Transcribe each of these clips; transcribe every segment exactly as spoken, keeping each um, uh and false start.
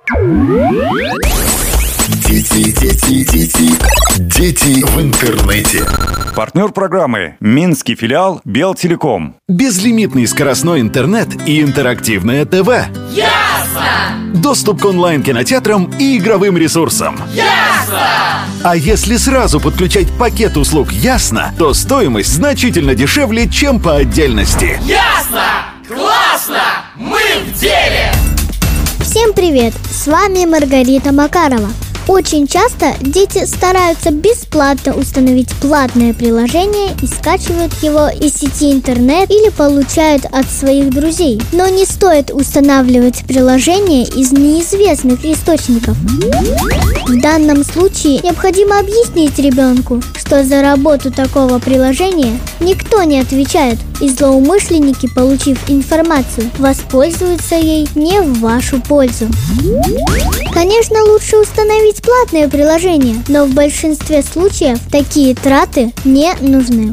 Дети, дети, дети, дети в интернете. Партнер программы – Минский филиал Белтелеком. Безлимитный скоростной интернет и интерактивное ТВ. Ясно! Доступ к онлайн-кинотеатрам и игровым ресурсам. Ясно! А если сразу подключать пакет услуг «Ясно», то стоимость значительно дешевле, чем по отдельности. Ясно! Классно! Мы в деле! Всем привет! С вами Маргарита Макарова. Очень часто дети стараются бесплатно установить платное приложение и скачивают его из сети интернет или получают от своих друзей. Но не стоит устанавливать приложение из неизвестных источников. В данном случае необходимо объяснить ребенку, что за работу такого приложения никто не отвечает, и злоумышленники, получив информацию, воспользуются ей не в вашу пользу. Конечно, лучше установить платное приложение, но в большинстве случаев такие траты не нужны.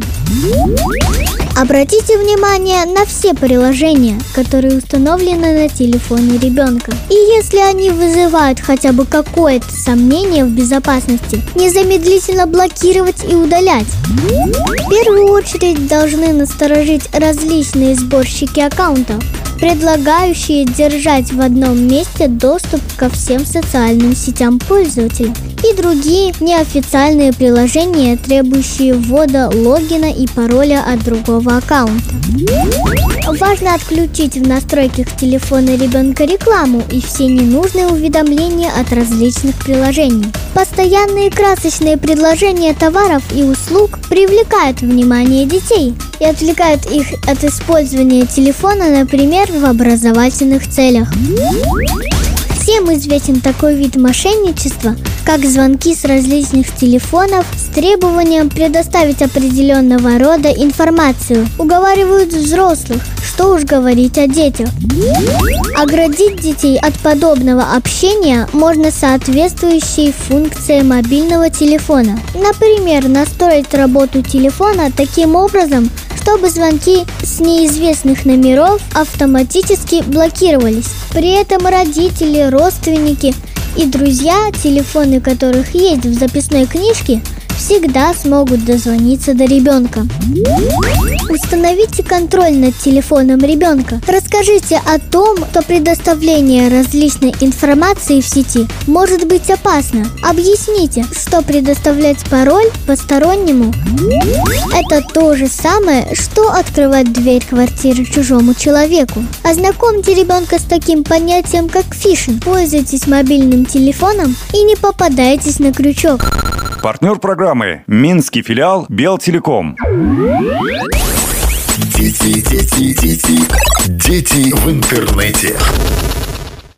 Обратите внимание на все приложения, которые установлены на телефоне ребенка. И если они вызывают хотя бы какое-то сомнение в безопасности, незамедлительно блокировать и удалять. В первую очередь должны насторожить различные сборщики аккаунтов, предлагающие держать в одном месте доступ ко всем социальным сетям пользователя, и другие неофициальные приложения, требующие ввода логина и пароля от другого аккаунта. Важно отключить в настройках телефона ребенка рекламу и все ненужные уведомления от различных приложений. Постоянные красочные предложения товаров и услуг привлекают внимание детей и отвлекают их от использования телефона, например, в образовательных целях. Всем известен такой вид мошенничества, как звонки с различных телефонов с требованием предоставить определенного рода информацию. Уговаривают взрослых, что уж говорить о детях. Оградить детей от подобного общения можно соответствующей функцией мобильного телефона. Например, настроить работу телефона таким образом, чтобы звонки с неизвестных номеров автоматически блокировались. При этом родители, родственники и друзья, телефоны которых есть в записной книжке, всегда смогут дозвониться до ребенка. Установите контроль над телефоном ребенка. Расскажите о том, что предоставление различной информации в сети может быть опасно. Объясните, что предоставлять пароль постороннему – это то же самое, что открывать дверь квартиры чужому человеку. Ознакомьте ребенка с таким понятием, как фишинг. Пользуйтесь мобильным телефоном и не попадайтесь на крючок. Партнер программы – Минский филиал Белтелеком. Дети, дети, дети, дети в интернете.